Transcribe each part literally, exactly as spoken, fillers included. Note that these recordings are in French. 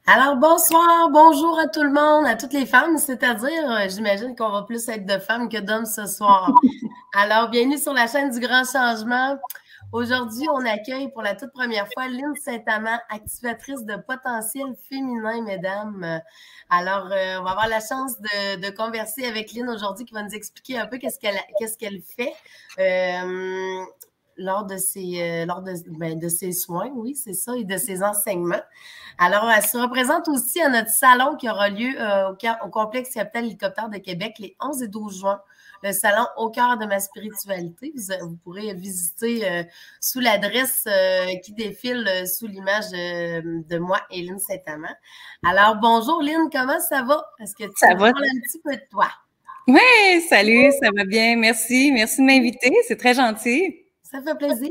Alors, bonsoir, bonjour à tout le monde, à toutes les femmes, c'est-à-dire, euh, j'imagine qu'on va plus être de femmes que d'hommes ce soir. Alors, bienvenue sur la chaîne du Grand Changement. Aujourd'hui, on accueille pour la toute première fois Lynn Saint-Amand, activatrice de potentiel féminin, mesdames. Alors, euh, on va avoir la chance de, de converser avec Lynn aujourd'hui qui va nous expliquer un peu qu'est-ce qu'elle qu'est-ce qu'elle fait. Euh, lors de ses, euh, lors de, ben, de ses soins, oui, c'est ça, et de ses enseignements. Alors, elle se représente aussi à notre salon qui aura lieu euh, au, au complexe Capital Hélicoptère de Québec les onze et douze juin. Le salon Au cœur de ma spiritualité. Vous, vous pourrez visiter euh, sous l'adresse euh, qui défile euh, sous l'image euh, de moi et Lynn Saint-Amand. Alors, bonjour Lynn, comment ça va? Est-ce que tu ça nous va? parles un petit peu de toi? Oui, salut, ça va bien. Merci. Merci de m'inviter. C'est très gentil. Ça fait plaisir.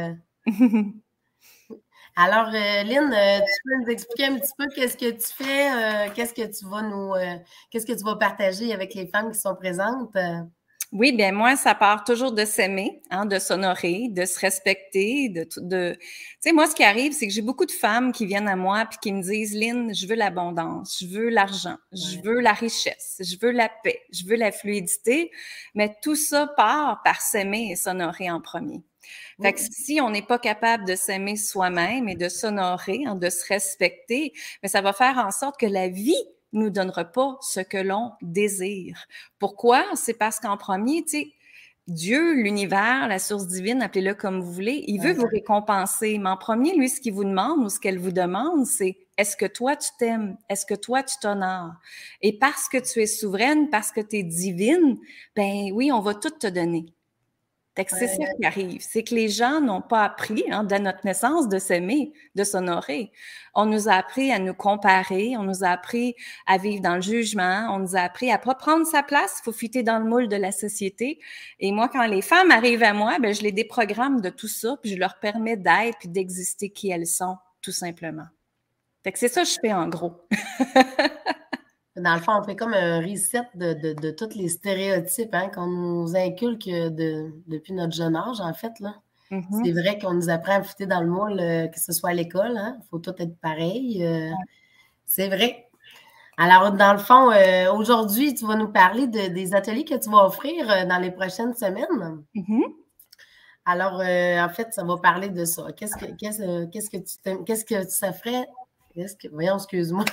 Alors, euh, Lynn, euh, tu peux nous expliquer un petit peu qu'est-ce que tu fais, euh, qu'est-ce que tu vas nous, euh, qu'est-ce que tu vas partager avec les femmes qui sont présentes? Oui, bien moi, ça part toujours de s'aimer, hein, de s'honorer, de se respecter, de, de... Tu sais, moi, ce qui arrive, c'est que j'ai beaucoup de femmes qui viennent à moi puis qui me disent, Lynn, je veux l'abondance, je veux l'argent, je veux la richesse, je veux la paix, je veux la fluidité, mais tout ça part par s'aimer et s'honorer en premier. Fait que si on n'est pas capable de s'aimer soi-même et de s'honorer, hein, de se respecter, mais ça va faire en sorte que la vie nous donnera pas ce que l'on désire. Pourquoi? C'est parce qu'en premier, tu sais, Dieu, l'univers, la source divine, appelez-le comme vous voulez, il veut vous récompenser. Mais en premier, lui, ce qu'il vous demande ou ce qu'elle vous demande, c'est est-ce que toi, tu t'aimes? Est-ce que toi, tu t'honores? Et parce que tu es souveraine, parce que tu es divine, ben oui, on va tout te donner. Fait que c'est ça qui arrive, c'est que les gens n'ont pas appris, hein, dès notre naissance, de s'aimer, de s'honorer. On nous a appris à nous comparer, on nous a appris à vivre dans le jugement, on nous a appris à pas prendre sa place, il faut fitter dans le moule de la société. Et moi, quand les femmes arrivent à moi, ben je les déprogramme de tout ça, puis je leur permets d'être puis d'exister qui elles sont, tout simplement. Fait que c'est ça que je fais en gros. Dans le fond, on fait comme un reset de, de, de tous les stéréotypes hein, qu'on nous inculque de, depuis notre jeune âge, en fait. Là. Mm-hmm. C'est vrai qu'on nous apprend à fitter dans le moule, euh, que ce soit à l'école. Il hein, faut tout être pareil. Euh, ouais. C'est vrai. Alors, dans le fond, euh, aujourd'hui, tu vas nous parler de, des ateliers que tu vas offrir euh, dans les prochaines semaines. Mm-hmm. Alors, euh, en fait, ça va parler de ça. Qu'est-ce que, qu'est-ce, qu'est-ce que tu qu'est-ce que ça ferait? Qu'est-ce que, voyons, excuse-moi.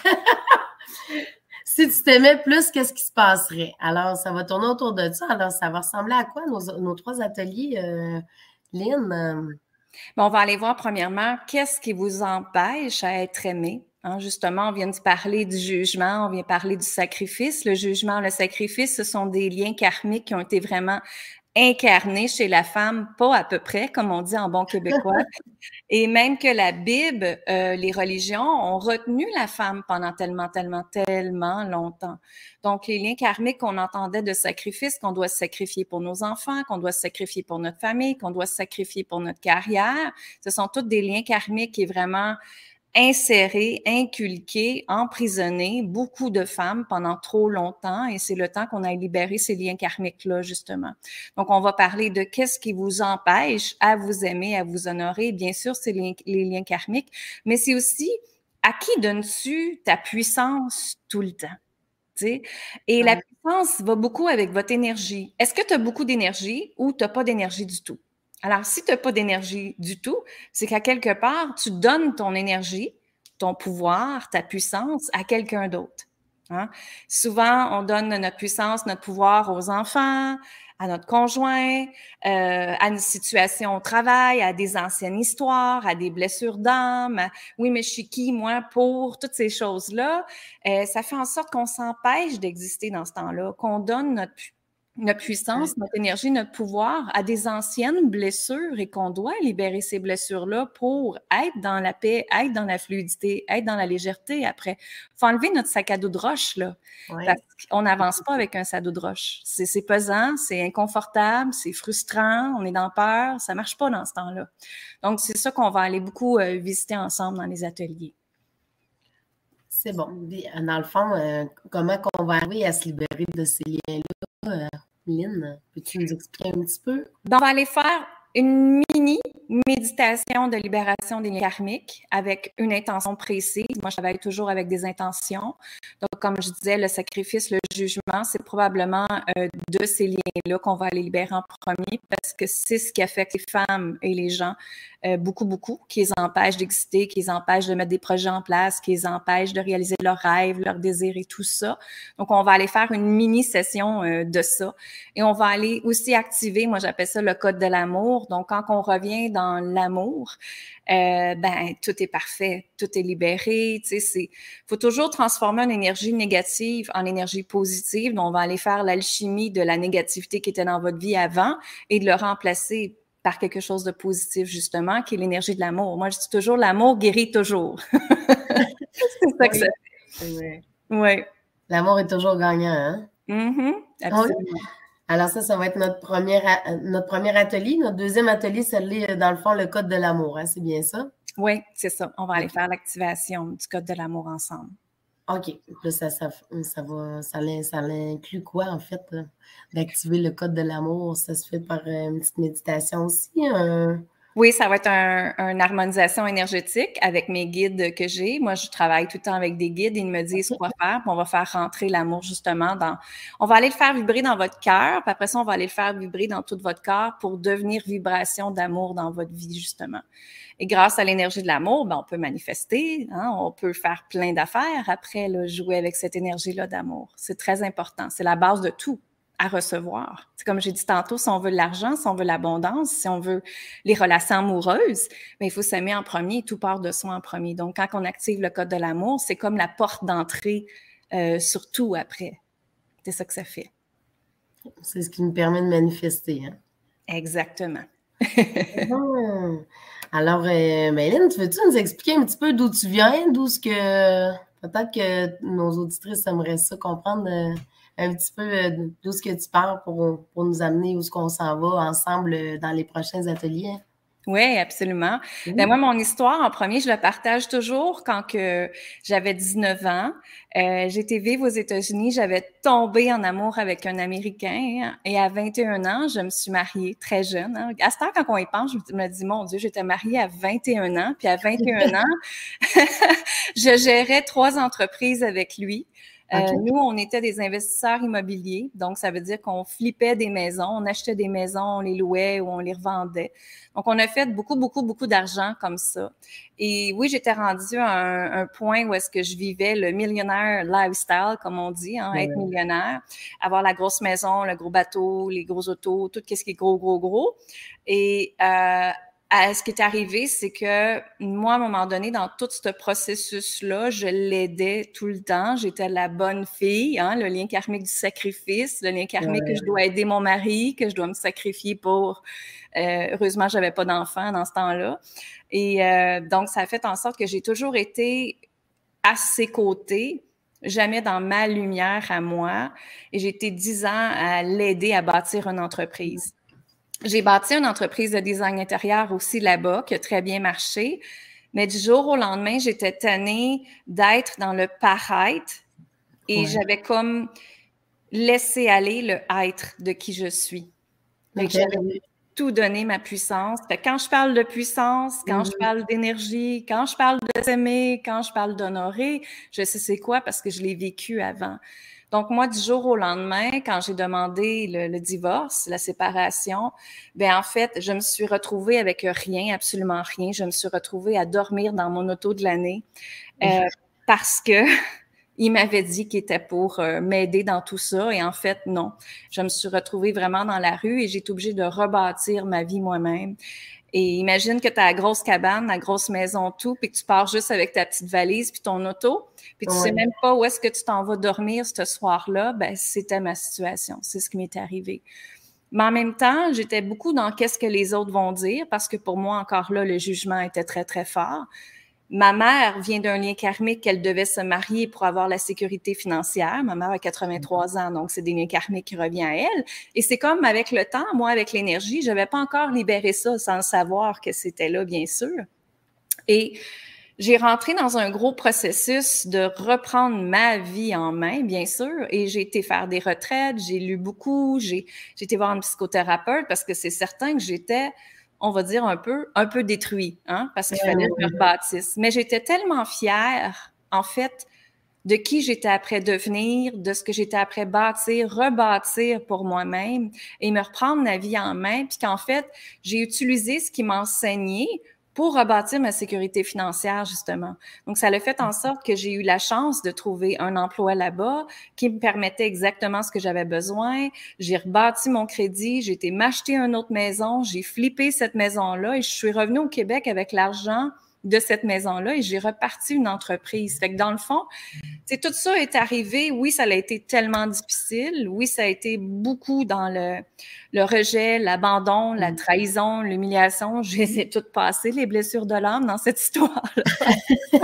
Si tu t'aimais plus, qu'est-ce qui se passerait? Alors, ça va tourner autour de ça. Alors, ça va ressembler à quoi, nos, nos trois ateliers, euh, Lynn? Bon, on va aller voir premièrement, qu'est-ce qui vous empêche à être aimé? Hein, justement, on vient de parler du jugement, on vient de parler du sacrifice. Le jugement, le sacrifice, ce sont des liens karmiques qui ont été vraiment incarnés chez la femme, pas à peu près, comme on dit en bon québécois. Et même que la Bible, euh, les religions ont retenu la femme pendant tellement, tellement, tellement longtemps. Donc, les liens karmiques qu'on entendait de sacrifice, qu'on doit se sacrifier pour nos enfants, qu'on doit se sacrifier pour notre famille, qu'on doit se sacrifier pour notre carrière, ce sont tous des liens karmiques qui est vraiment insérés, inculqués, emprisonnés, beaucoup de femmes pendant trop longtemps et c'est le temps qu'on a libéré ces liens karmiques-là, justement. Donc, on va parler de qu'est-ce qui vous empêche à vous aimer, à vous honorer. Bien sûr, c'est les, les liens karmiques, mais c'est aussi à qui donnes-tu ta puissance tout le temps? T'sais? Et la puissance va beaucoup avec votre énergie. Est-ce que tu as beaucoup d'énergie ou tu n'as pas d'énergie du tout? Alors, si tu n'as pas d'énergie du tout, c'est qu'à quelque part, tu donnes ton énergie, ton pouvoir, ta puissance à quelqu'un d'autre. Hein? Souvent, on donne notre puissance, notre pouvoir aux enfants, à notre conjoint, euh, à une situation au travail, à des anciennes histoires, à des blessures d'âme. Oui, mais je suis qui, moi, pour toutes ces choses-là? Euh, ça fait en sorte qu'on s'empêche d'exister dans ce temps-là, qu'on donne notre notre puissance, notre énergie, notre pouvoir à des anciennes blessures et qu'on doit libérer ces blessures-là pour être dans la paix, être dans la fluidité, être dans la légèreté après. Il faut enlever notre sac à dos de roche, là, ouais. Parce qu'on n'avance pas avec un sac à dos de roche. C'est, c'est pesant, c'est inconfortable, c'est frustrant, on est dans peur, ça marche pas dans ce temps-là. Donc, c'est ça qu'on va aller beaucoup euh, visiter ensemble dans les ateliers. C'est bon. Dans le fond, euh, comment on va arriver à se libérer de ces liens-là? Euh, Lynn, peux-tu nous expliquer un petit peu? Ben, on va aller faire une mini méditation de libération des liens karmiques avec une intention précise. Moi, je travaille toujours avec des intentions. Donc, comme je disais, le sacrifice, le jugement, c'est probablement euh, de ces liens-là qu'on va aller libérer en premier parce que c'est ce qui affecte les femmes et les gens euh, beaucoup, beaucoup, qui les empêche d'exister, qui les empêche de mettre des projets en place, qui les empêche de réaliser leurs rêves, leurs désirs et tout ça. Donc, on va aller faire une mini-session euh, de ça. Et on va aller aussi activer, moi, j'appelle ça le code de l'amour. Donc, quand on revient dans l'amour, euh, ben tout est parfait, tout est libéré. Tu sais, c'est, faut toujours transformer une énergie négative en énergie positive. Donc, on va aller faire l'alchimie de la négativité qui était dans votre vie avant et de le remplacer par quelque chose de positif, justement, qui est l'énergie de l'amour. Moi, je dis toujours, l'amour guérit toujours. C'est ça que oui. ça fait. Oui. Oui. L'amour est toujours gagnant, hein? Mm-hmm. Absolument. Oui. Alors ça, ça va être notre premier, notre premier atelier. Notre deuxième atelier, c'est dans le fond le code de l'amour, hein? C'est bien ça? Oui, c'est ça. On va aller faire l'activation du code de l'amour ensemble. OK. Là, ça, ça, ça, va, ça, ça inclut quoi, en fait, d'activer le code de l'amour? Ça se fait par une petite méditation aussi? Un... Oui, ça va être un, une harmonisation énergétique avec mes guides que j'ai. Moi, je travaille tout le temps avec des guides. Ils me disent quoi faire, puis on va faire rentrer l'amour justement dans... On va aller le faire vibrer dans votre cœur, puis après ça, on va aller le faire vibrer dans tout votre corps pour devenir vibration d'amour dans votre vie, justement. Et grâce à l'énergie de l'amour, ben, on peut manifester, hein, on peut faire plein d'affaires après, là, jouer avec cette énergie-là d'amour. C'est très important. C'est la base de tout à recevoir. C'est comme j'ai dit tantôt, si on veut l'argent, si on veut l'abondance, si on veut les relations amoureuses, bien, il faut s'aimer en premier, tout part de soi en premier. Donc, quand on active le code de l'amour, c'est comme la porte d'entrée euh, sur tout après. C'est ça que ça fait. C'est ce qui nous permet de manifester. Hein? Exactement. Bon. Alors, euh, Hélène, tu veux-tu nous expliquer un petit peu d'où tu viens, d'où ce que peut-être que nos auditrices aimeraient ça comprendre euh, un petit peu euh, d'où ce que tu parles pour, pour nous amener où ce qu'on s'en va ensemble euh, dans les prochains ateliers? Oui, absolument. Mmh. Ben moi, mon histoire, en premier, je la partage toujours quand que j'avais dix-neuf ans. Euh, j'étais vivre aux États-Unis, j'avais tombé en amour avec un Américain hein, et à vingt et un ans, je me suis mariée très jeune. Hein. À ce temps, quand on y pense, je me dis, mon Dieu, j'étais mariée à vingt et un ans, puis à vingt et un ans, je gérais trois entreprises avec lui. Okay. Euh, nous, on était des investisseurs immobiliers, donc ça veut dire qu'on flippait des maisons, on achetait des maisons, on les louait ou on les revendait. Donc, on a fait beaucoup, beaucoup, beaucoup d'argent comme ça. Et oui, j'étais rendue à un, un point où est-ce que je vivais le millionnaire lifestyle, comme on dit, hein, ouais. Être millionnaire, avoir la grosse maison, le gros bateau, les gros autos, tout ce qui est gros, gros, gros. Et euh, À ce qui est arrivé, c'est que moi, à un moment donné, dans tout ce processus-là, je l'aidais tout le temps. J'étais la bonne fille, hein, le lien karmique du sacrifice, le lien karmique ouais. que je dois aider mon mari, que je dois me sacrifier pour... Euh, heureusement, j'avais pas d'enfant dans ce temps-là. Et euh, donc, ça a fait en sorte que j'ai toujours été à ses côtés, jamais dans ma lumière à moi. Et j'ai été dix ans à l'aider à bâtir une entreprise. J'ai bâti une entreprise de design intérieur aussi là-bas, qui a très bien marché. Mais du jour au lendemain, j'étais tannée d'être dans le paraître et ouais. j'avais comme laissé aller le être de qui je suis. Okay. J'avais tout donné ma puissance. Fait que quand je parle de puissance, quand mm-hmm. je parle d'énergie, quand je parle de s'aimer, quand je parle d'honorer, je sais c'est quoi parce que je l'ai vécu avant. Donc, moi, du jour au lendemain, quand j'ai demandé le, le divorce, la séparation, ben en fait, je me suis retrouvée avec rien, absolument rien. Je me suis retrouvée à dormir dans mon auto de l'année euh, mmh. parce que il m'avait dit qu'il était pour euh, m'aider dans tout ça. Et en fait, non. Je me suis retrouvée vraiment dans la rue et j'ai été obligée de rebâtir ma vie moi-même. Et imagine que tu as la grosse cabane, la grosse maison, tout, puis que tu pars juste avec ta petite valise puis ton auto, puis tu ouais. sais même pas où est-ce que tu t'en vas dormir ce soir-là. Ben, c'était ma situation. C'est ce qui m'est arrivé. Mais en même temps, j'étais beaucoup dans qu'est-ce que les autres vont dire, parce que pour moi, encore là, le jugement était très, très fort. Ma mère vient d'un lien karmique qu'elle devait se marier pour avoir la sécurité financière. Ma mère a quatre-vingt-trois ans, donc c'est des liens karmiques qui reviennent à elle. Et c'est comme avec le temps, moi, avec l'énergie, je n'avais pas encore libéré ça sans savoir que c'était là, bien sûr. Et j'ai rentré dans un gros processus de reprendre ma vie en main, bien sûr, et j'ai été faire des retraites, j'ai lu beaucoup, j'ai, j'ai été voir une psychothérapeute parce que c'est certain que j'étais on va dire un peu, un peu détruit, hein, parce qu'il fallait que je me rebâtisse. Mais j'étais tellement fière, en fait, de qui j'étais après devenir, de ce que j'étais après bâtir, rebâtir pour moi-même et me reprendre la vie en main, puis qu'en fait, j'ai utilisé ce qui m'enseignait pour rebâtir ma sécurité financière, justement. Donc, ça a fait en sorte que j'ai eu la chance de trouver un emploi là-bas qui me permettait exactement ce que j'avais besoin. J'ai rebâti mon crédit, j'ai été m'acheter une autre maison, j'ai flippé cette maison-là et je suis revenue au Québec avec l'argent de cette maison-là et j'ai reparti une entreprise. Fait que dans le fond, c'est tout ça est arrivé. Oui, ça a été tellement difficile. Oui, ça a été beaucoup dans le, le rejet, l'abandon, la trahison, l'humiliation. Je les ai toutes passées, les blessures de l'âme dans cette histoire-là.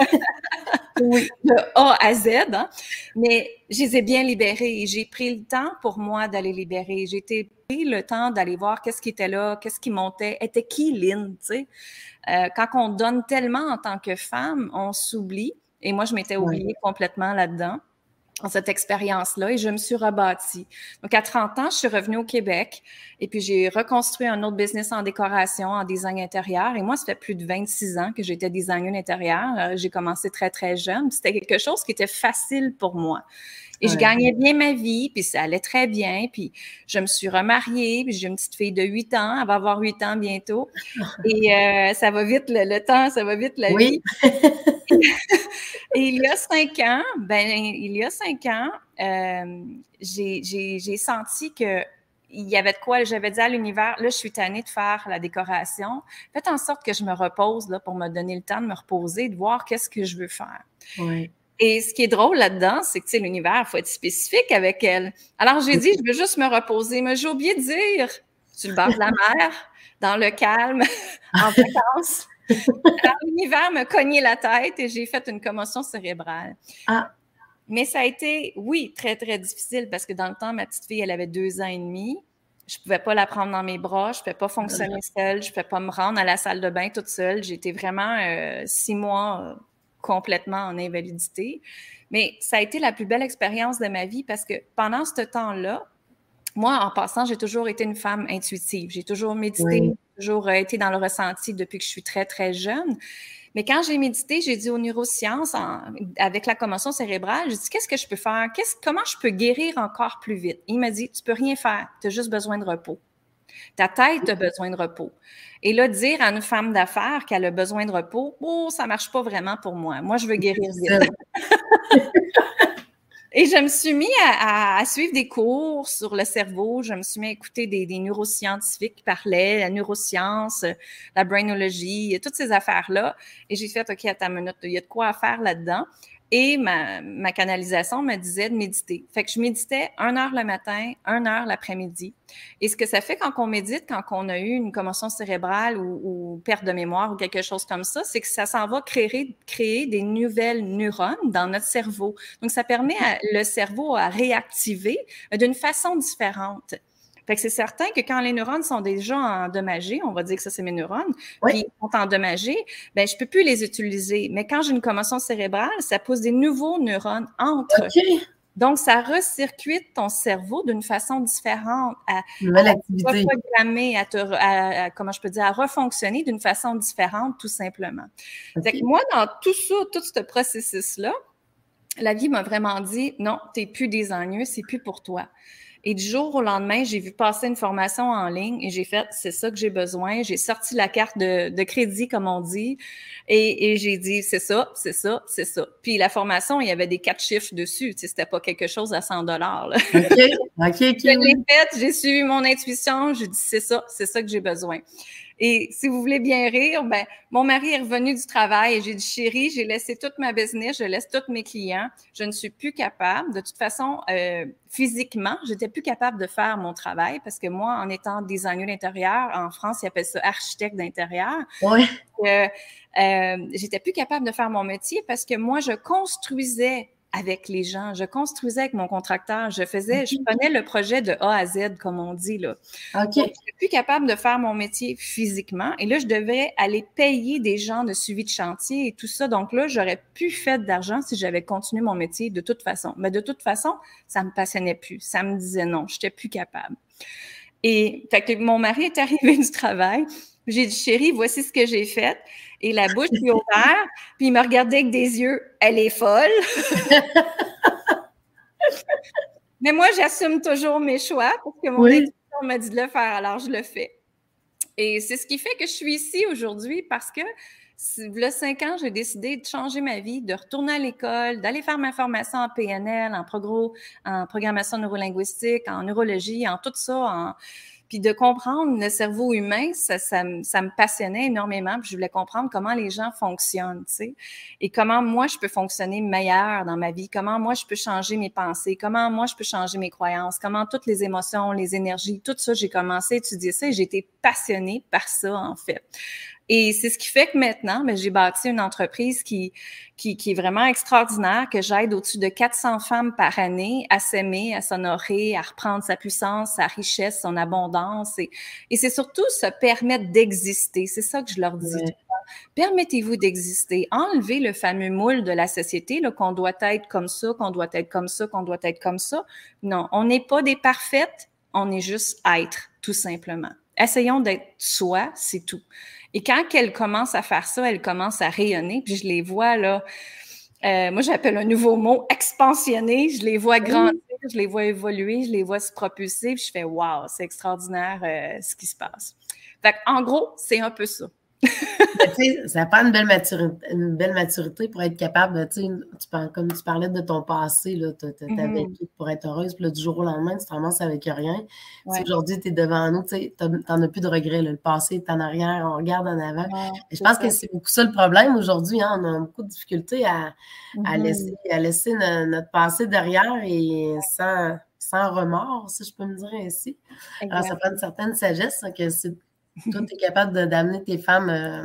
Oui, de A à Z, hein? Mais je les ai bien libérées et j'ai pris le temps pour moi d'aller libérer. J'ai été pris le temps d'aller voir qu'est-ce qui était là, qu'est-ce qui montait, était qui Lynn, tu sais? Euh, quand on donne tellement en tant que femme, on s'oublie. Et moi, je m'étais oubliée ouais. complètement là-dedans, dans cette expérience-là, et je me suis rebâtie. Donc, à trente ans, je suis revenue au Québec et puis j'ai reconstruit un autre business en décoration, en design intérieur. Et moi, ça fait plus de vingt-six ans que j'étais designer intérieur. J'ai commencé très, très jeune. C'était quelque chose qui était facile pour moi. Et ouais. je gagnais bien ma vie, puis ça allait très bien. Puis je me suis remariée, puis j'ai une petite fille de huit ans. Elle va avoir huit ans bientôt. Et euh, ça va vite, le, le temps, ça va vite, la oui. vie. Et il y a cinq ans, ben il y a cinq ans, euh, j'ai, j'ai, j'ai senti que il y avait de quoi, j'avais dit à l'univers, là, je suis tannée de faire la décoration. Faites en sorte que je me repose là pour me donner le temps de me reposer, de voir qu'est-ce que je veux faire. Oui. Et ce qui est drôle là-dedans, c'est que, tu sais, l'univers, il faut être spécifique avec elle. Alors, j'ai dit, je veux juste me reposer, mais j'ai oublié de dire, sur le bord de la mer, dans le calme, en vacances. Alors, l'univers me cognait la tête et j'ai fait une commotion cérébrale. Ah. Mais ça a été, oui, très, très difficile parce que dans le temps, ma petite fille, elle avait deux ans et demi. Je ne pouvais pas la prendre dans mes bras, je ne pouvais pas fonctionner seule, je ne pouvais pas me rendre à la salle de bain toute seule. J'étais vraiment euh, six mois euh, complètement en invalidité. Mais ça a été la plus belle expérience de ma vie parce que pendant ce temps-là, moi, en passant, j'ai toujours été une femme intuitive. J'ai toujours médité, oui. toujours été dans le ressenti depuis que je suis très, très jeune. Mais quand j'ai médité, j'ai dit aux neurosciences, en, avec la commotion cérébrale, j'ai dit, qu'est-ce que je peux faire? Qu'est-ce, comment je peux guérir encore plus vite? Il m'a dit, tu peux rien faire, tu as juste besoin de repos. Ta tête a besoin de repos. Et là, dire à une femme d'affaires qu'elle a besoin de repos, oh, ça marche pas vraiment pour moi. Moi, je veux guérir vite. Et je me suis mis à, à, à suivre des cours sur le cerveau. Je me suis mis à écouter des, des neuroscientifiques qui parlaient, la neuroscience, la brainologie, toutes ces affaires-là. Et j'ai fait, OK, attends une minute, il y a de quoi à faire là-dedans. Et ma, ma canalisation me disait de méditer. Fait que je méditais une heure le matin, une heure l'après-midi. Et ce que ça fait quand on médite, quand on a eu une commotion cérébrale ou, ou perte de mémoire ou quelque chose comme ça, c'est que ça s'en va créer, créer des nouvelles neurones dans notre cerveau. Donc, ça permet à, le cerveau à réactiver d'une façon différente. Fait que c'est certain que quand les neurones sont déjà endommagés, on va dire que ça, c'est mes neurones, oui. puis ils sont endommagés, ben je peux plus les utiliser. Mais quand j'ai une commotion cérébrale, ça pousse des nouveaux neurones entre. Okay. Donc, ça recircuite ton cerveau d'une façon différente à, à reprogrammer, à, te, à, à, comment je peux dire, à refonctionner d'une façon différente, tout simplement. Okay. Fait que moi, dans tout ça, tout ce processus-là, la vie m'a vraiment dit, non, t'es plus désigneuse, c'est plus pour toi. Et du jour au lendemain, j'ai vu passer une formation en ligne et j'ai fait, c'est ça que j'ai besoin. J'ai sorti la carte de, de crédit, comme on dit, et, et j'ai dit, c'est ça, c'est ça, c'est ça. Puis la formation, il y avait des quatre chiffres dessus. Tu sais, c'était pas quelque chose à cent dollars. OK, OK, OK. Je l'ai fait, j'ai suivi mon intuition, j'ai dit, c'est ça, c'est ça que j'ai besoin. Et si vous voulez bien rire, ben mon mari est revenu du travail et j'ai dit, chérie, j'ai laissé toute ma business, je laisse tous mes clients, je ne suis plus capable. De toute façon, euh, physiquement, j'étais plus capable de faire mon travail parce que moi, en étant designer d'intérieur, en France, ils appellent ça architecte d'intérieur. Ouais. Euh, euh, j'étais plus capable de faire mon métier parce que moi, je construisais avec les gens, je construisais avec mon contracteur, je faisais, je prenais le projet de A à Z, comme on dit, là. OK. Donc, je n'étais plus capable de faire mon métier physiquement et là, je devais aller payer des gens de suivi de chantier et tout ça. Donc là, j'aurais pu faire de l'argent si j'avais continué mon métier de toute façon. Mais de toute façon, ça me passionnait plus. Ça me disait non, je n'étais plus capable. Et fait que mon mari est arrivé du travail. J'ai dit, chérie, voici ce que j'ai fait. Et la bouche lui ouverte, puis il me regardait avec des yeux, elle est folle. Mais moi, j'assume toujours mes choix parce que mon Oui. intuition m'a dit de le faire, alors je le fais. Et c'est ce qui fait que je suis ici aujourd'hui parce que, il y a cinq ans, j'ai décidé de changer ma vie, de retourner à l'école, d'aller faire ma formation en P N L, en, progro, en programmation neurolinguistique, en neurologie, en tout ça, en... Puis de comprendre le cerveau humain, ça, ça, ça me passionnait énormément. Puis je voulais comprendre comment les gens fonctionnent, tu sais, et comment moi, je peux fonctionner meilleur dans ma vie, comment moi, je peux changer mes pensées, comment moi, je peux changer mes croyances, comment toutes les émotions, les énergies, tout ça, j'ai commencé à étudier ça et j'ai été passionnée par ça, en fait. Et c'est ce qui fait que maintenant, ben, j'ai bâti une entreprise qui, qui, qui est vraiment extraordinaire, que j'aide au-dessus de quatre cents femmes par année à s'aimer, à s'honorer, à reprendre sa puissance, sa richesse, son abondance. Et, et c'est surtout se permettre d'exister. C'est ça que je leur dis. Ouais. Permettez-vous d'exister. Enlevez le fameux moule de la société, là, qu'on doit être comme ça, qu'on doit être comme ça, qu'on doit être comme ça. Non, on n'est pas des parfaites, on est juste être, tout simplement. Essayons d'être soi, c'est tout. Et quand elle commence à faire ça, elle commence à rayonner, puis je les vois, là, euh, moi j'appelle un nouveau mot, expansionner, je les vois grandir, je les vois évoluer, je les vois se propulser, puis je fais « wow, c'est extraordinaire euh, ce qui se passe ». Fait en gros, c'est un peu ça. Mais, tu sais, ça prend une belle maturité, une belle maturité pour être capable, tu sais, tu parles, comme tu parlais de ton passé, là, tu avais mm-hmm. tout pour être heureuse, puis là, du jour au lendemain, tu te ramasses avec rien. Ouais. Aujourd'hui, tu es devant nous, tu sais, tu n'en as plus de regrets, là, le passé est en arrière, on regarde en avant. Ouais, Et je pense ça. que c'est beaucoup ça le problème aujourd'hui, hein, on a beaucoup de difficultés à, mm-hmm. à laisser, à laisser no, notre passé derrière et sans, sans remords, si je peux me dire ainsi. Exact. Alors, ça prend une certaine sagesse, hein, que c'est toi, tu es capable d'amener tes femmes euh,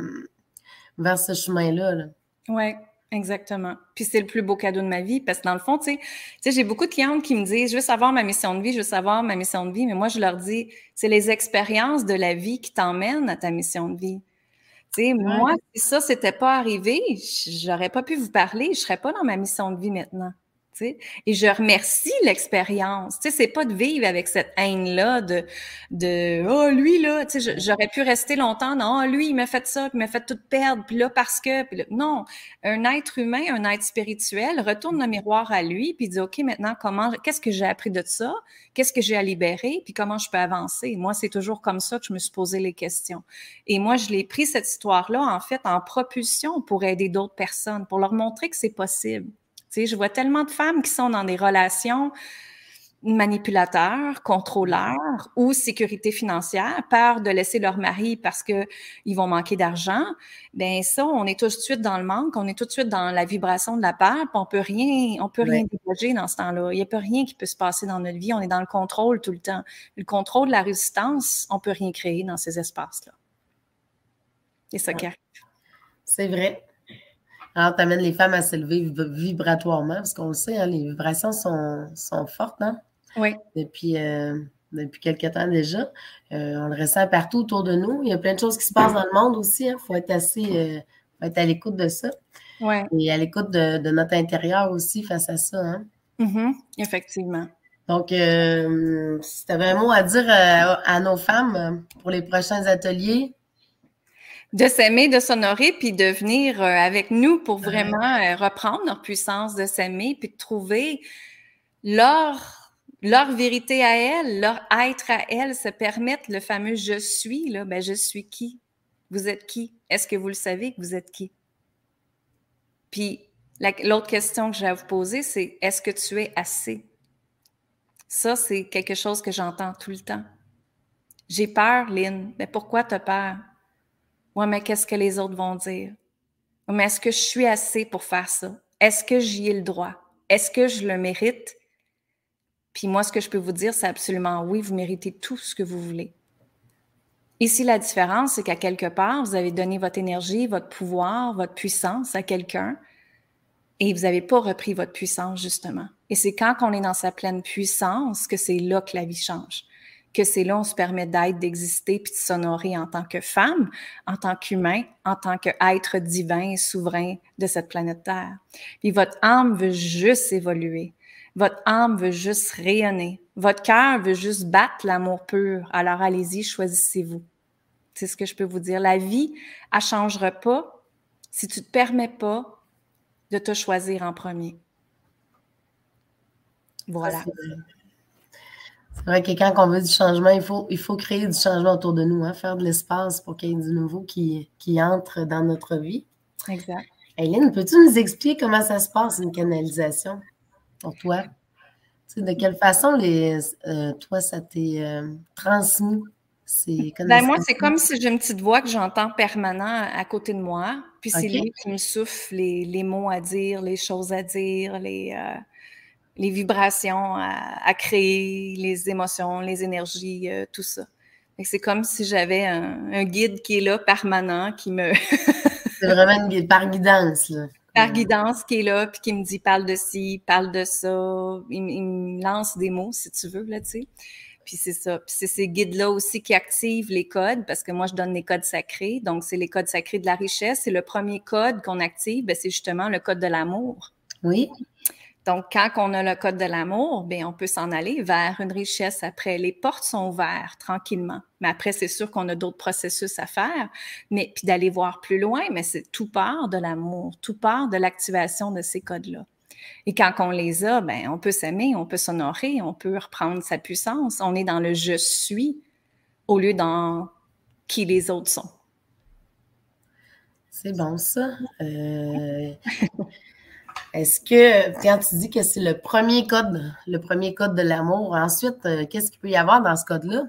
vers ce chemin-là. Là. Oui, exactement. Puis c'est le plus beau cadeau de ma vie parce que dans le fond, tu sais, j'ai beaucoup de clientes qui me disent « Je veux savoir ma mission de vie, je veux savoir ma mission de vie. » Mais moi, je leur dis « C'est les expériences de la vie qui t'emmènent à ta mission de vie. » Tu sais, ouais. Moi, si ça, c'était pas arrivé, j'aurais pas pu vous parler, je serais pas dans ma mission de vie maintenant. T'sais. Et je remercie l'expérience. Tu sais, c'est pas de vivre avec cette haine-là de, de, oh, lui, là, tu sais, j'aurais pu rester longtemps, non, oh, lui, il m'a fait ça, il m'a fait tout perdre, puis là, parce que, puis là, non. Un être humain, un être spirituel, retourne le miroir à lui, puis dit, OK, maintenant, comment, qu'est-ce que j'ai appris de ça? Qu'est-ce que j'ai à libérer? Puis comment je peux avancer? Moi, c'est toujours comme ça que je me suis posé les questions. Et moi, je l'ai pris, cette histoire-là, en fait, en propulsion pour aider d'autres personnes, pour leur montrer que c'est possible. Tu sais, je vois tellement de femmes qui sont dans des relations manipulateurs, contrôleurs ou sécurité financière, peur de laisser leur mari parce que ils vont manquer d'argent. Ben ça, on est tout de suite dans le manque, on est tout de suite dans la vibration de la peur, puis on peut rien, on peut ouais. rien dégager dans ce temps-là. Il n'y a pas rien qui peut se passer dans notre vie. On est dans le contrôle tout le temps. Le contrôle, la résistance, on peut rien créer dans ces espaces-là. C'est ça qui arrive. C'est vrai. Alors, tu amènes les femmes à s'élever vibratoirement, parce qu'on le sait, hein, les vibrations sont, sont fortes, hein? Oui. Depuis, euh, depuis quelques temps déjà. Euh, on le ressent partout autour de nous. Il y a plein de choses qui se passent dans le monde aussi. Il hein. faut être assez, euh, faut être à l'écoute de ça. Oui. Et à l'écoute de, de notre intérieur aussi face à ça. Hein? Mm-hmm. Effectivement. Donc, euh, si tu avais un mot à dire à, à nos femmes pour les prochains ateliers, de s'aimer, de s'honorer, puis de venir euh, avec nous pour vraiment euh, reprendre leur puissance, de s'aimer, puis de trouver leur, leur vérité à elles, leur être à elles, se permettre le fameux « je suis », là, ben je suis qui? Vous êtes qui? Est-ce que vous le savez que vous êtes qui? Puis l'autre question que j'ai à vous poser, c'est « est-ce que tu es assez? » Ça, c'est quelque chose que j'entends tout le temps. J'ai peur, Lynn. Mais pourquoi tu as peur? Ouais, mais qu'est-ce que les autres vont dire? Ouais, mais est-ce que je suis assez pour faire ça? Est-ce que j'y ai le droit? Est-ce que je le mérite? Puis moi, ce que je peux vous dire, c'est absolument oui, vous méritez tout ce que vous voulez. Ici, la différence, c'est qu'à quelque part, vous avez donné votre énergie, votre pouvoir, votre puissance à quelqu'un et vous n'avez pas repris votre puissance, justement. Et c'est quand on est dans sa pleine puissance que c'est là que la vie change. Que c'est là on se permet d'être, d'exister puis de s'honorer en tant que femme, en tant qu'humain, en tant qu'être divin et souverain de cette planète Terre. Puis votre âme veut juste évoluer. Votre âme veut juste rayonner. Votre cœur veut juste battre l'amour pur. Alors allez-y, choisissez-vous. C'est ce que je peux vous dire. La vie, elle ne changera pas si tu ne te permets pas de te choisir en premier. Voilà. Ça, c'est vrai. C'est vrai que quand on veut du changement, il faut, il faut créer du changement autour de nous, hein, faire de l'espace pour qu'il y ait du nouveau qui, qui entre dans notre vie. Exact. Hélène, peux-tu nous expliquer comment ça se passe, une canalisation, pour toi? Tu sais, de quelle façon, les, euh, toi, ça t'est euh, transmis, ces Ben moi, connaissances? c'est comme si j'ai une petite voix que j'entends permanent à côté de moi, puis c'est OK. lui qui me souffle les, les mots à dire, les choses à dire, les, euh, les vibrations à, à créer, les émotions, les énergies, euh, tout ça. Fait que c'est comme si j'avais un, un guide qui est là, permanent, qui me... C'est vraiment une, par guidance, là. par guidance, qui est là, puis qui me dit « parle de ci, parle de ça ». Il, il me lance des mots, si tu veux, là, tu sais. Puis c'est ça. Puis c'est ces guides-là aussi qui activent les codes, parce que moi, je donne les codes sacrés. Donc, c'est les codes sacrés de la richesse. Et le premier code qu'on active, bien, c'est justement le code de l'amour. Oui. Donc, quand on a le code de l'amour, bien, on peut s'en aller vers une richesse après. Les portes sont ouvertes tranquillement. Mais après, c'est sûr qu'on a d'autres processus à faire. Mais puis d'aller voir plus loin, mais c'est tout part de l'amour, tout part de l'activation de ces codes-là. Et quand on les a, ben, on peut s'aimer, on peut s'honorer, on peut reprendre sa puissance. On est dans le « je suis » au lieu dans « qui les autres sont ». C'est bon, ça. Euh... Est-ce que, quand tu dis que c'est le premier code, le premier code de l'amour, ensuite, euh, qu'est-ce qu'il peut y avoir dans ce code-là?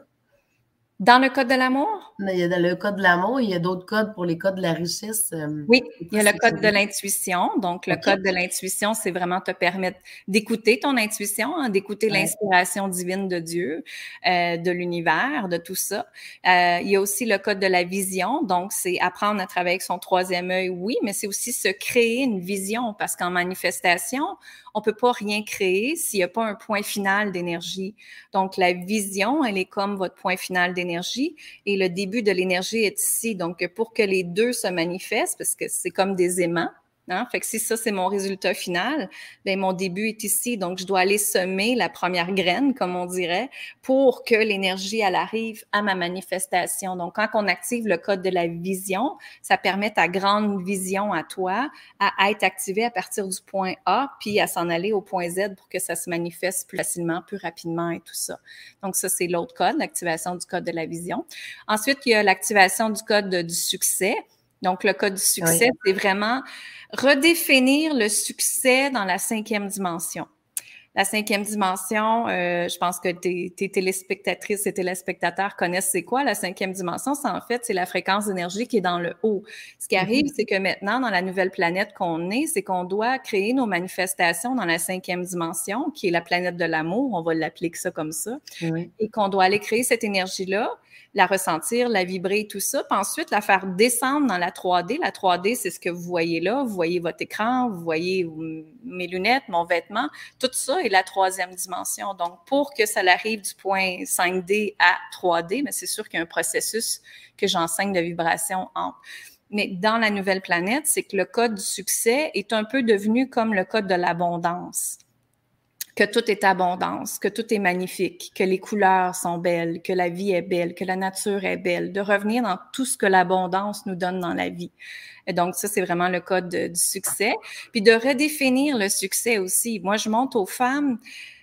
Dans le code de l'amour? Il y a le code de l'amour, il y a d'autres codes pour les codes de la richesse. Euh, oui, il y a le code de l'intuition. Donc, le okay. code de l'intuition, c'est vraiment te permettre d'écouter ton intuition, hein, d'écouter ouais. l'inspiration divine de Dieu, euh, de l'univers, de tout ça. Euh, il y a aussi le code de la vision. Donc, c'est apprendre à travailler avec son troisième œil, oui, mais c'est aussi se créer une vision parce qu'en manifestation, on peut pas rien créer s'il n'y a pas un point final d'énergie. Donc, la vision, elle est comme votre point final d'énergie et le début de l'énergie est ici. Donc, pour que les deux se manifestent, parce que c'est comme des aimants, hein? Fait que si ça, c'est mon résultat final, bien, mon début est ici. Donc, je dois aller semer la première graine, comme on dirait, pour que l'énergie, elle arrive à ma manifestation. Donc, quand on active le code de la vision, ça permet ta grande vision à toi à être activée à partir du point A, puis à s'en aller au point Z pour que ça se manifeste plus facilement, plus rapidement et tout ça. Donc, ça, c'est l'autre code, l'activation du code de la vision. Ensuite, il y a l'activation du code de, du succès. Donc, le code du succès, oui. c'est vraiment redéfinir le succès dans la cinquième dimension. La cinquième dimension, euh, je pense que tes, tes téléspectatrices et téléspectateurs connaissent c'est quoi la cinquième dimension. C'est en fait, c'est la fréquence d'énergie qui est dans le haut. Ce qui arrive, mm-hmm. c'est que maintenant, dans la nouvelle planète qu'on est, c'est qu'on doit créer nos manifestations dans la cinquième dimension, qui est la planète de l'amour, on va l'appeler ça comme ça, mm-hmm. et qu'on doit aller créer cette énergie-là, la ressentir, la vibrer, tout ça, puis ensuite la faire descendre dans la trois D. La trois D, c'est ce que vous voyez là. Vous voyez votre écran, vous voyez mes lunettes, mon vêtement. Tout ça est la troisième dimension. Donc, pour que ça arrive du point cinq D à trois D, mais c'est sûr qu'il y a un processus que j'enseigne de vibration entre. Mais dans la nouvelle planète, c'est que le code du succès est un peu devenu comme le code de l'abondance. Que tout est abondance, que tout est magnifique, que les couleurs sont belles, que la vie est belle, que la nature est belle, de revenir dans tout ce que l'abondance nous donne dans la vie. Et donc, ça, c'est vraiment le code de, du succès. Puis de redéfinir le succès aussi. Moi, je montre aux femmes,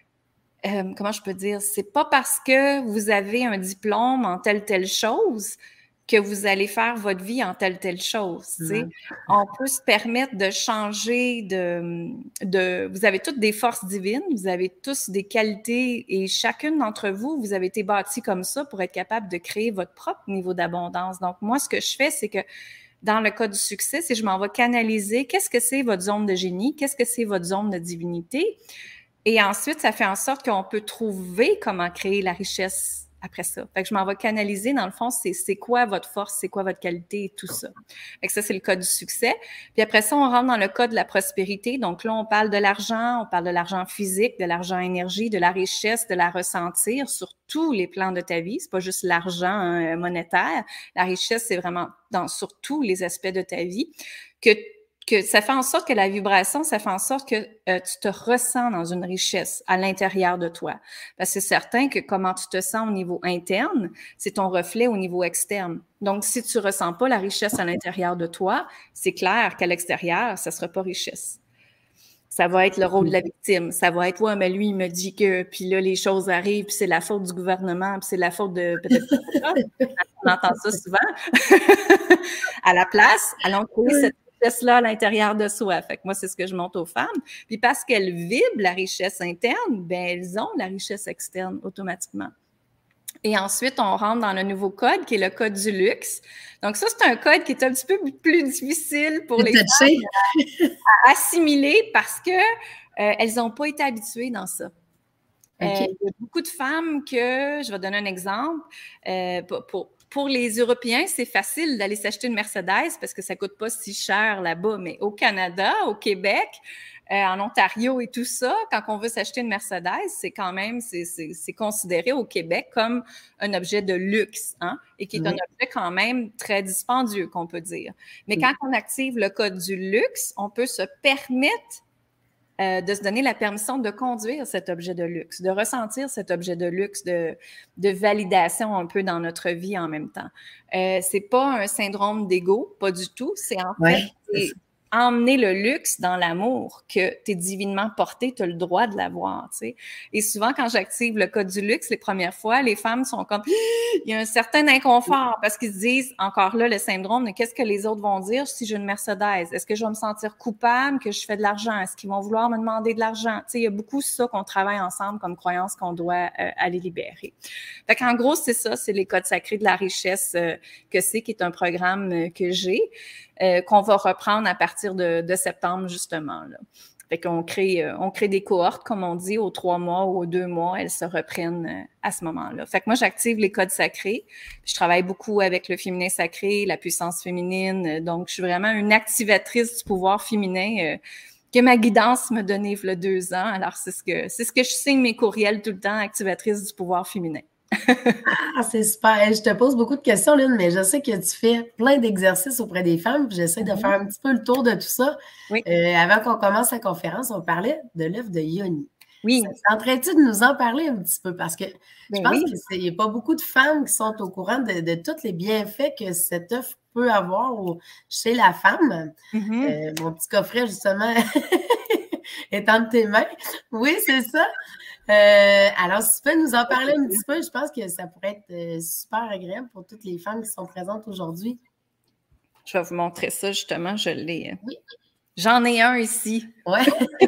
euh, comment je peux dire, c'est pas parce que vous avez un diplôme en telle, telle chose que vous allez faire votre vie en telle, telle chose. Tu sais. On peut se permettre de changer de, de... Vous avez toutes des forces divines, vous avez tous des qualités et chacune d'entre vous, vous avez été bâtis comme ça pour être capable de créer votre propre niveau d'abondance. Donc, moi, ce que je fais, c'est que dans le cas du succès, c'est que je m'en vais canaliser qu'est-ce que c'est votre zone de génie, qu'est-ce que c'est votre zone de divinité. Et ensuite, ça fait en sorte qu'on peut trouver comment créer la richesse après ça. Fait que je m'en vais canaliser, dans le fond, c'est, c'est quoi votre force, c'est quoi votre qualité et tout ça. Fait que ça, c'est le code du succès. Puis après ça, on rentre dans le code de la prospérité. Donc là, on parle de l'argent, on parle de l'argent physique, de l'argent énergie, de la richesse, de la ressentir sur tous les plans de ta vie. C'est pas juste l'argent hein, monétaire. La richesse, c'est vraiment dans, sur tous les aspects de ta vie. Que que ça fait en sorte que la vibration, ça fait en sorte que euh, tu te ressens dans une richesse à l'intérieur de toi. Parce que c'est certain que comment tu te sens au niveau interne, c'est ton reflet au niveau externe. Donc, si tu ressens pas la richesse à l'intérieur de toi, c'est clair qu'à l'extérieur, ça sera pas richesse. Ça va être le rôle de la victime. Ça va être, ouais, mais lui, il me dit que, puis là, les choses arrivent, puis c'est la faute du gouvernement, puis c'est la faute de peut-être ça. On entend ça souvent. À la place, allons trouver cette richesse-là à l'intérieur de soi. Fait que moi, c'est ce que je montre aux femmes. Puis parce qu'elles vibrent la richesse interne, ben elles ont la richesse externe automatiquement. Et ensuite, on rentre dans le nouveau code, qui est le code du luxe. Donc ça, c'est un code qui est un petit peu plus difficile pour les femmes à assimiler parce que euh, elles n'ont pas été habituées dans ça. Okay. Euh, il y a beaucoup de femmes que, je vais donner un exemple, euh, pour, pour, pour les Européens, c'est facile d'aller s'acheter une Mercedes parce que ça coûte pas si cher là-bas, mais au Canada, au Québec, euh, en Ontario et tout ça, quand on veut s'acheter une Mercedes, c'est quand même, c'est, c'est, c'est considéré au Québec comme un objet de luxe, hein, et qui est oui. un objet quand même très dispendieux, qu'on peut dire. Mais oui. quand on active le code du luxe, on peut se permettre Euh, de se donner la permission de conduire cet objet de luxe, de ressentir cet objet de luxe, de, de validation un peu dans notre vie en même temps. Euh, c'est pas un syndrome d'ego, pas du tout. C'est en ouais, fait c'est emmener le luxe dans l'amour que tu es divinement porté, tu as le droit de l'avoir, tu sais. Et souvent, quand j'active le code du luxe, les premières fois, les femmes sont comme, il y a un certain inconfort parce qu'ils se disent, encore là, le syndrome de qu'est-ce que les autres vont dire si j'ai une Mercedes? Est-ce que je vais me sentir coupable que je fais de l'argent? Est-ce qu'ils vont vouloir me demander de l'argent? Tu sais, il y a beaucoup ça qu'on travaille ensemble comme croyance qu'on doit euh, aller libérer. Fait qu'en gros, c'est ça, c'est les codes sacrés de la richesse euh, que c'est, qui est un programme euh, que j'ai. Euh, qu'on va reprendre à partir de, de septembre, justement, là. Fait qu'on crée, euh, on crée des cohortes, comme on dit, aux trois mois ou aux deux mois, elles se reprennent euh, à ce moment-là. Fait que moi, j'active les codes sacrés. Je travaille beaucoup avec le féminin sacré, la puissance féminine. Donc, je suis vraiment une activatrice du pouvoir féminin euh, que ma guidance me donnait il y a deux ans. Alors, c'est ce que, c'est ce que je signe mes courriels tout le temps, activatrice du pouvoir féminin. Ah, c'est super. Je te pose beaucoup de questions, Lynn, mais je sais que tu fais plein d'exercices auprès des femmes. J'essaie de mm-hmm. faire un petit peu le tour de tout ça. Oui. Euh, avant qu'on commence la conférence, on parlait de l'œuf de Yoni. Oui. Ça t'entends-tu de nous en parler un petit peu? Parce que ben je pense oui. qu'il n'y a pas beaucoup de femmes qui sont au courant de, de tous les bienfaits que cet œuf peut avoir au, chez la femme. Mm-hmm. Euh, mon petit coffret, justement, est entre tes mains. Oui, c'est ça. Euh, alors, si tu peux nous en parler un petit peu, je pense que ça pourrait être euh, super agréable pour toutes les femmes qui sont présentes aujourd'hui. Je vais vous montrer ça, justement. Je l'ai. Oui. J'en ai un ici. Ouais.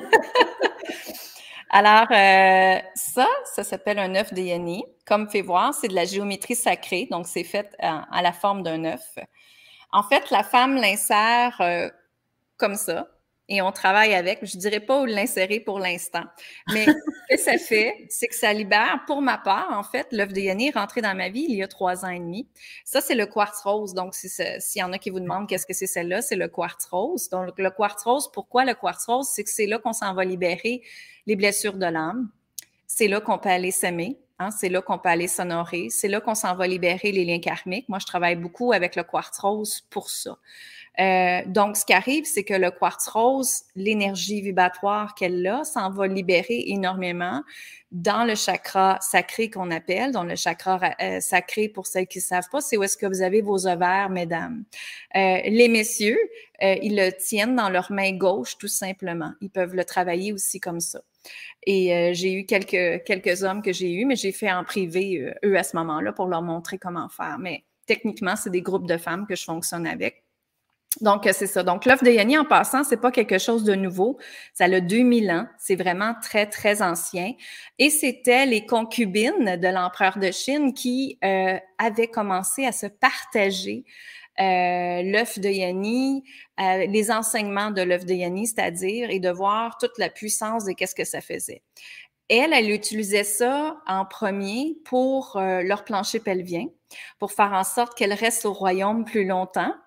Alors, euh, ça, ça s'appelle un œuf de Yoni. Comme fait voir, c'est de la géométrie sacrée, donc c'est fait à, à la forme d'un œuf. En fait, la femme l'insère euh, comme ça. Et on travaille avec, je ne dirais pas où l'insérer pour l'instant. Mais ce que ça fait, c'est que ça libère, pour ma part, en fait, l'œuf de Yoni est rentré dans ma vie il y a trois ans et demi. Ça, c'est le quartz rose. Donc, s'il si y en a qui vous demandent qu'est-ce que c'est celle-là, c'est le quartz rose. Donc, le quartz rose, pourquoi le quartz rose? C'est que c'est là qu'on s'en va libérer les blessures de l'âme. C'est là qu'on peut aller s'aimer. Hein? C'est là qu'on peut aller s'honorer. C'est là qu'on s'en va libérer les liens karmiques. Moi, je travaille beaucoup avec le quartz rose pour ça. Euh, donc, ce qui arrive, c'est que le quartz rose, l'énergie vibratoire qu'elle a, s'en va libérer énormément dans le chakra sacré qu'on appelle, dans le chakra euh, sacré, pour celles qui ne savent pas, c'est où est-ce que vous avez vos ovaires, mesdames. Euh, les messieurs, euh, ils le tiennent dans leur main gauche, tout simplement. Ils peuvent le travailler aussi comme ça. Et euh, j'ai eu quelques, quelques hommes que j'ai eus, mais j'ai fait en privé, euh, eux, à ce moment-là, pour leur montrer comment faire. Mais techniquement, c'est des groupes de femmes que je fonctionne avec. Donc, c'est ça. Donc, l'œuf de Yoni, en passant, c'est pas quelque chose de nouveau. Ça a deux mille ans. C'est vraiment très, très ancien. Et c'était les concubines de l'empereur de Chine qui euh, avaient commencé à se partager euh, l'œuf de Yoni, euh, les enseignements de l'œuf de Yoni, c'est-à-dire, et de voir toute la puissance de qu'est-ce que ça faisait. Elle, elle utilisait ça en premier pour euh, leur plancher pelvien, pour faire en sorte qu'elle reste au royaume plus longtemps.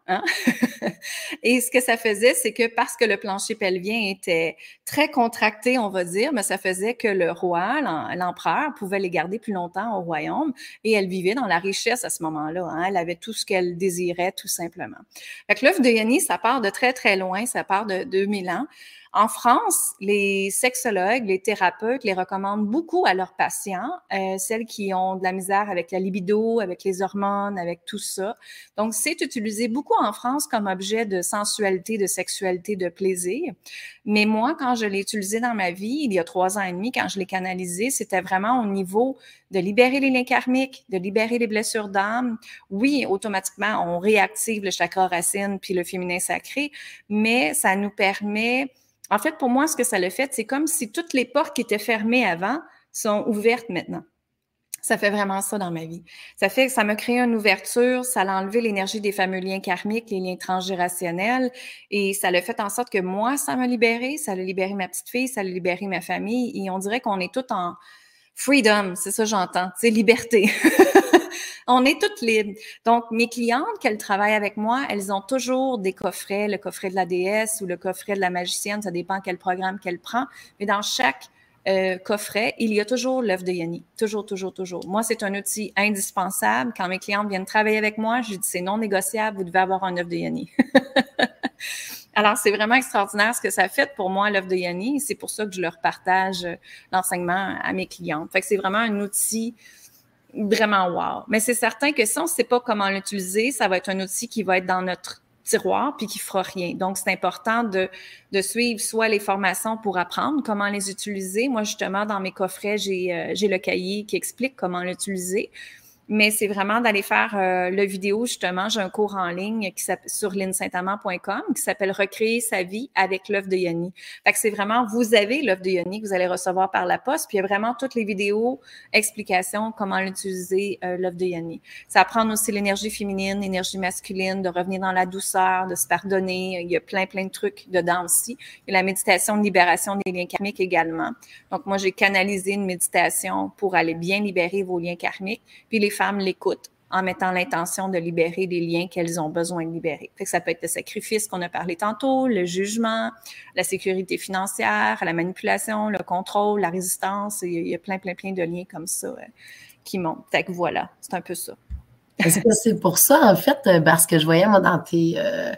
Hein? Et ce que ça faisait, c'est que parce que le plancher pelvien était très contracté, on va dire, mais ça faisait que le roi, l'empereur, pouvait les garder plus longtemps au royaume et elle vivait dans la richesse à ce moment-là. Hein? Elle avait tout ce qu'elle désirait, tout simplement. Fait que l'œuf de Yoni, ça part de très, très loin, ça part de deux mille ans. En France, les sexologues, les thérapeutes les recommandent beaucoup à leurs patients, euh, celles qui ont de la misère avec la libido, avec les hormones, avec tout ça. Donc, c'est utilisé beaucoup en France comme objet de sensualité, de sexualité, de plaisir. Mais moi, quand je l'ai utilisé dans ma vie, il y a trois ans et demi, quand je l'ai canalisé, c'était vraiment au niveau de libérer les liens karmiques, de libérer les blessures d'âme. Oui, automatiquement, on réactive le chakra racine puis le féminin sacré, mais ça nous permet... En fait, pour moi, ce que ça le fait, c'est comme si toutes les portes qui étaient fermées avant sont ouvertes maintenant. Ça fait vraiment ça dans ma vie. Ça fait que ça m'a créé une ouverture, ça a enlevé l'énergie des fameux liens karmiques, les liens transgénérationnels, et ça l'a fait en sorte que moi, ça m'a libéré, ça a libéré ma petite fille, ça a libéré ma famille, et on dirait qu'on est tout en freedom, c'est ça que j'entends, c'est liberté. On est toutes libres. Donc, mes clientes, qu'elles travaillent avec moi, elles ont toujours des coffrets, le coffret de la déesse ou le coffret de la magicienne, ça dépend quel programme qu'elle prend. Mais dans chaque euh, coffret, il y a toujours l'œuf de Yoni. Toujours, toujours, toujours. Moi, c'est un outil indispensable. Quand mes clientes viennent travailler avec moi, je dis c'est non négociable, vous devez avoir un œuf de Yoni. Alors, c'est vraiment extraordinaire ce que ça fait pour moi, l'œuf de Yoni. C'est pour ça que je leur partage l'enseignement à mes clientes. Fait que c'est vraiment un outil vraiment wow. Mais c'est certain que si on ne sait pas comment l'utiliser, ça va être un outil qui va être dans notre tiroir puis qui fera rien. Donc, c'est important de, de suivre soit les formations pour apprendre comment les utiliser. Moi, justement, dans mes coffrets, j'ai, euh, j'ai le cahier qui explique comment l'utiliser. Mais c'est vraiment d'aller faire euh, le vidéo, justement. J'ai un cours en ligne qui s'appelle, sur lynne saint amand point com qui s'appelle « Recréer sa vie avec l'œuf de Yoni ». Fait que c'est vraiment, vous avez l'œuf de Yoni que vous allez recevoir par la poste, puis il y a vraiment toutes les vidéos, explications, comment l'utiliser, euh, l'œuf de Yoni. Ça apprend aussi l'énergie féminine, l'énergie masculine, de revenir dans la douceur, de se pardonner. Il y a plein, plein de trucs dedans aussi. Il y a la méditation de libération des liens karmiques également. Donc, moi, j'ai canalisé une méditation pour aller bien libérer vos liens karmiques, puis les femmes l'écoutent en mettant l'intention de libérer des liens qu'elles ont besoin de libérer. Fait que ça peut être le sacrifice qu'on a parlé tantôt, le jugement, la sécurité financière, la manipulation, le contrôle, la résistance. Il y a plein, plein, plein de liens comme ça euh, qui montent. Fait que voilà, c'est un peu ça. Est-ce que c'est pour ça, en fait, parce que je voyais, moi, dans tes... Euh,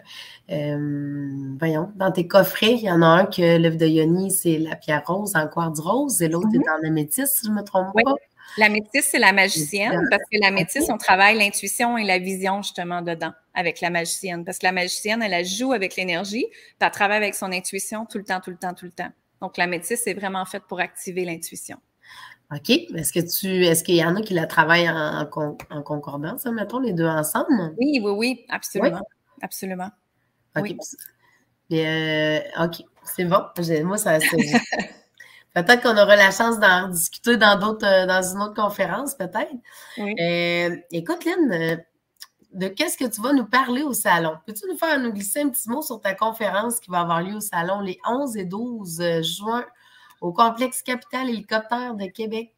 euh, voyons, dans tes coffrets, il y en a un que l'œuf de Yoni, c'est la pierre rose en quartz rose, et l'autre mm-hmm. est en améthyste, si je ne me trompe oui. pas. La métisse, c'est la magicienne, parce que la métisse, okay. on travaille l'intuition et la vision, justement, dedans, avec la magicienne. Parce que la magicienne, elle, elle joue avec l'énergie, puis elle travaille avec son intuition tout le temps, tout le temps, tout le temps. Donc, la métisse, c'est vraiment faite pour activer l'intuition. OK. Est-ce que tu, est-ce qu'il y en a qui la travaillent en, en, en concordance, mettons, les deux ensemble? Oui, oui, oui, absolument. Oui. Absolument. OK. Oui. Et, euh, OK. C'est bon. J'ai, moi, ça, c'est... Peut-être qu'on aura la chance d'en discuter dans d'autres, dans une autre conférence, peut-être. Oui. Euh, écoute, Lynne, de qu'est-ce que tu vas nous parler au salon? Peux-tu nous faire nous glisser un petit mot sur ta conférence qui va avoir lieu au salon les onze et douze juin au complexe Capital Hélicoptère de Québec?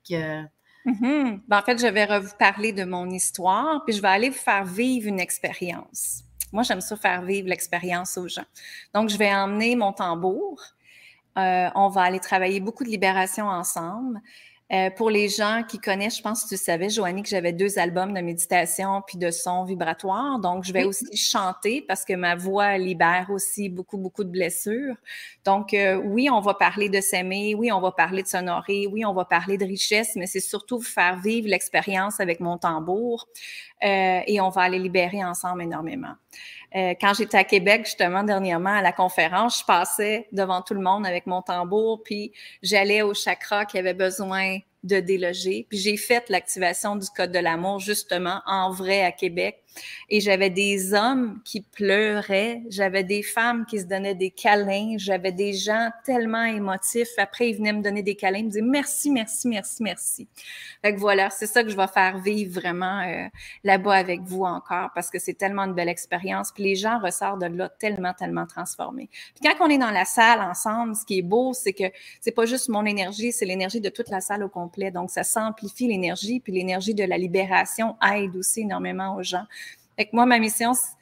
Mm-hmm. Ben, en fait, je vais vous parler de mon histoire, puis je vais aller vous faire vivre une expérience. Moi, j'aime ça faire vivre l'expérience aux gens. Donc, je vais emmener mon tambour. Euh, on va aller travailler beaucoup de libération ensemble. Euh, pour les gens qui connaissent, je pense que tu savais, Joanie, que j'avais deux albums de méditation puis de son vibratoire. Donc, je vais aussi chanter parce que ma voix libère aussi beaucoup, beaucoup de blessures. Donc, euh, oui, on va parler de s'aimer. Oui, on va parler de s'honorer. Oui, on va parler de richesse, mais c'est surtout faire vivre l'expérience avec mon tambour. Euh, et on va aller libérer ensemble énormément. Euh, quand j'étais à Québec, justement, dernièrement, à la conférence, je passais devant tout le monde avec mon tambour, puis j'allais au chakra qui avait besoin de déloger. Puis j'ai fait l'activation du code de l'amour, justement, en vrai à Québec. Et j'avais des hommes qui pleuraient, j'avais des femmes qui se donnaient des câlins, j'avais des gens tellement émotifs. Après, ils venaient me donner des câlins, ils me disaient merci, merci, merci, merci. Fait que voilà, c'est ça que je vais faire vivre vraiment euh, là-bas avec vous encore, parce que c'est tellement une belle expérience. Puis les gens ressortent de là tellement, tellement transformés. Puis quand on est dans la salle ensemble, ce qui est beau, c'est que c'est pas juste mon énergie, c'est l'énergie de toute la salle au complet. Donc, ça s'amplifie l'énergie, puis l'énergie de la libération aide aussi énormément aux gens. Fait que moi, ma mission,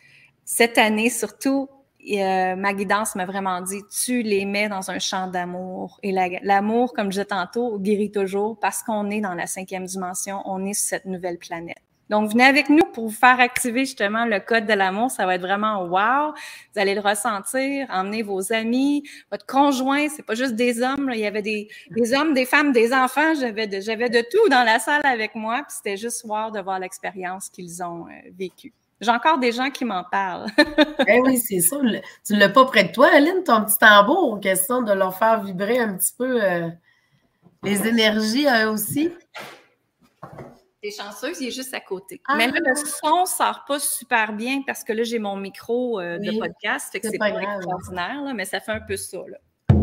cette année, surtout, euh, ma guidance m'a vraiment dit, tu les mets dans un champ d'amour. Et la, l'amour, comme je disais tantôt, guérit toujours parce qu'on est dans la cinquième dimension, on est sur cette nouvelle planète. Donc, venez avec nous pour vous faire activer justement le code de l'amour. Ça va être vraiment wow. Vous allez le ressentir. Emmenez vos amis, votre conjoint. C'est pas juste des hommes. Là. Il y avait des, des hommes, des femmes, des enfants. J'avais de, j'avais de tout dans la salle avec moi. Puis c'était juste wow de voir l'expérience qu'ils ont euh, vécue. J'ai encore des gens qui m'en parlent. Eh oui, c'est ça. Tu ne l'as pas près de toi, Aline, ton petit tambour, question de leur faire vibrer un petit peu euh, les énergies à eux aussi. T'es chanceuse, il est juste à côté. Ah. Mais là, le son ne sort pas super bien parce que là, j'ai mon micro euh, oui, de podcast, fait que c'est, c'est pas, pas extraordinaire, là, mais ça fait un peu ça, là.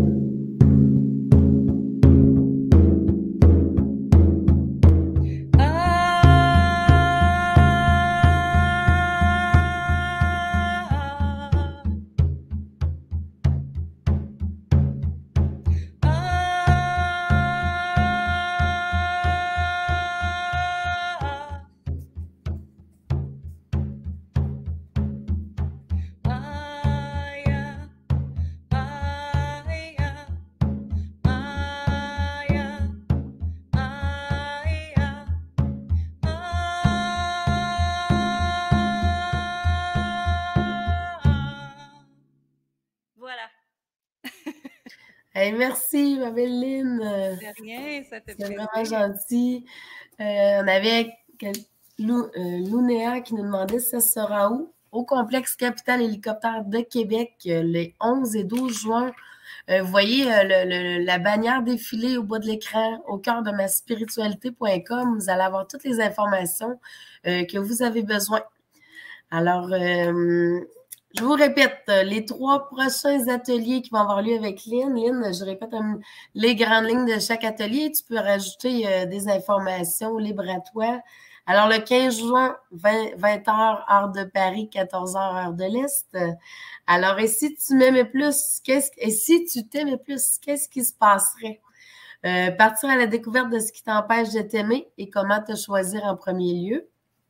Hey, merci, ma belle Lynn. De rien, ça fait plaisir. C'est vraiment gentil. Euh, on avait Lou, euh, Lounéa qui nous demandait ça sera où? Au complexe Capital Hélicoptère de Québec, les onze et douze juin. Euh, vous voyez euh, le, le, la bannière défilée au bas de l'écran, au cœur de ma spiritualité point com. Vous allez avoir toutes les informations euh, que vous avez besoin. Alors, euh, je vous répète, les trois prochains ateliers qui vont avoir lieu avec Lynn. Lynn, je répète um, les grandes lignes de chaque atelier. Tu peux rajouter euh, des informations libres à toi. Alors, le quinze juin, vingt heures, heure de Paris, quatorze heures, heure de l'Est. Alors, et si tu m'aimais plus, qu'est-ce et si tu t'aimais plus, qu'est-ce qui se passerait? Euh, partir à la découverte de ce qui t'empêche de t'aimer et comment te choisir en premier lieu.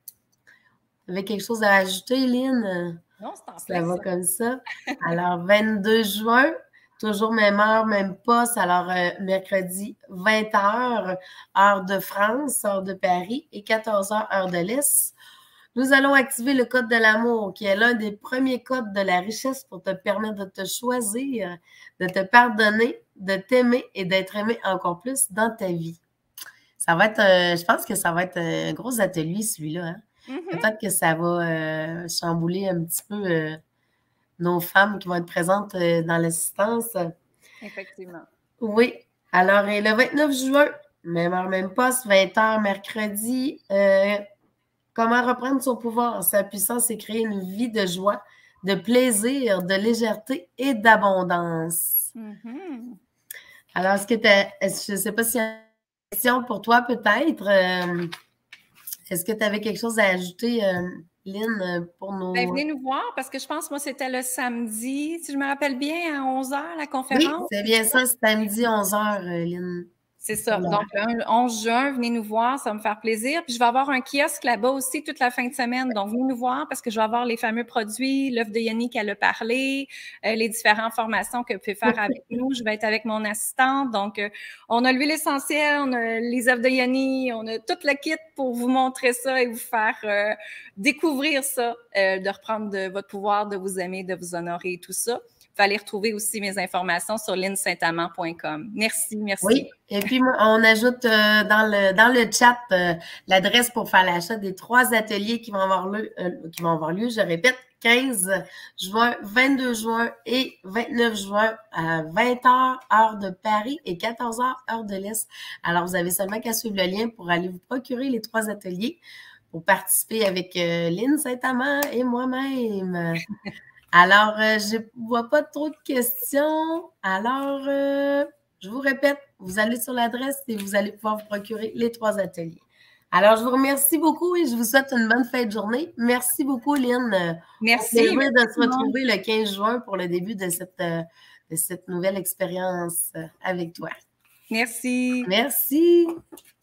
Tu avais quelque chose à ajouter, Lynn? Non, c'est en ça place, va ça. comme ça. Alors, vingt-deux juin, toujours même heure, même poste. Alors, euh, mercredi, vingt heures, heure de France, heure de Paris, et quatorze heures, heure de l'Est. Nous allons activer le code de l'amour, qui est l'un des premiers codes de la richesse pour te permettre de te choisir, de te pardonner, de t'aimer et d'être aimé encore plus dans ta vie. Ça va être, euh, je pense que ça va être un gros atelier, celui-là, hein? Mm-hmm. Peut-être que ça va euh, chambouler un petit peu euh, nos femmes qui vont être présentes euh, dans l'assistance. Effectivement. Oui. Alors, et le vingt-neuf juin, même heure, même poste, vingt heures, mercredi, euh, comment reprendre son pouvoir? Sa puissance et créer une vie de joie, de plaisir, de légèreté et d'abondance. Mm-hmm. Alors, est-ce que tu as, je ne sais pas s'il y a une question pour toi, peut-être. Euh, Est-ce que tu avais quelque chose à ajouter, euh, Lynn, pour nos... Ben, venez nous voir, parce que je pense, moi, c'était le samedi, si je me rappelle bien, à onze heures, la conférence. Oui, c'est bien ça, c'est samedi onze heures, Lynn. C'est ça. Donc, le onze juin, venez nous voir, ça va me faire plaisir. Puis, je vais avoir un kiosque là-bas aussi toute la fin de semaine. Donc, venez nous voir parce que je vais avoir les fameux produits, l'œuvre de Yannick, elle a parlé, euh, les différentes formations que vous pouvez faire avec nous. Je vais être avec mon assistante. Donc, euh, on a l'huile essentielle, on a les œuvres de Yannick, on a tout le kit pour vous montrer ça et vous faire euh, découvrir ça, euh, de reprendre de votre pouvoir, de vous aimer, de vous honorer et tout ça. Vous allez retrouver aussi mes informations sur lynn saint amand point com. Merci, merci. Oui, et puis on ajoute euh, dans, le, dans le chat euh, l'adresse pour faire l'achat des trois ateliers qui vont avoir lieu, euh, qui vont avoir lieu, je répète, quinze juin, vingt-deux juin et vingt-neuf juin à vingt heures, heure de Paris et quatorze heures, heure de l'Est. Alors, vous avez seulement qu'à suivre le lien pour aller vous procurer les trois ateliers pour participer avec euh, Lynn saint amand et moi-même. Alors, euh, je ne vois pas trop de questions. Alors, euh, je vous répète, vous allez sur l'adresse et vous allez pouvoir vous procurer les trois ateliers. Alors, je vous remercie beaucoup et je vous souhaite une bonne fin de journée. Merci beaucoup, Lynn. Merci. C'est plaisir de se retrouver le quinze juin pour le début de cette, de cette nouvelle expérience avec toi. Merci. Merci.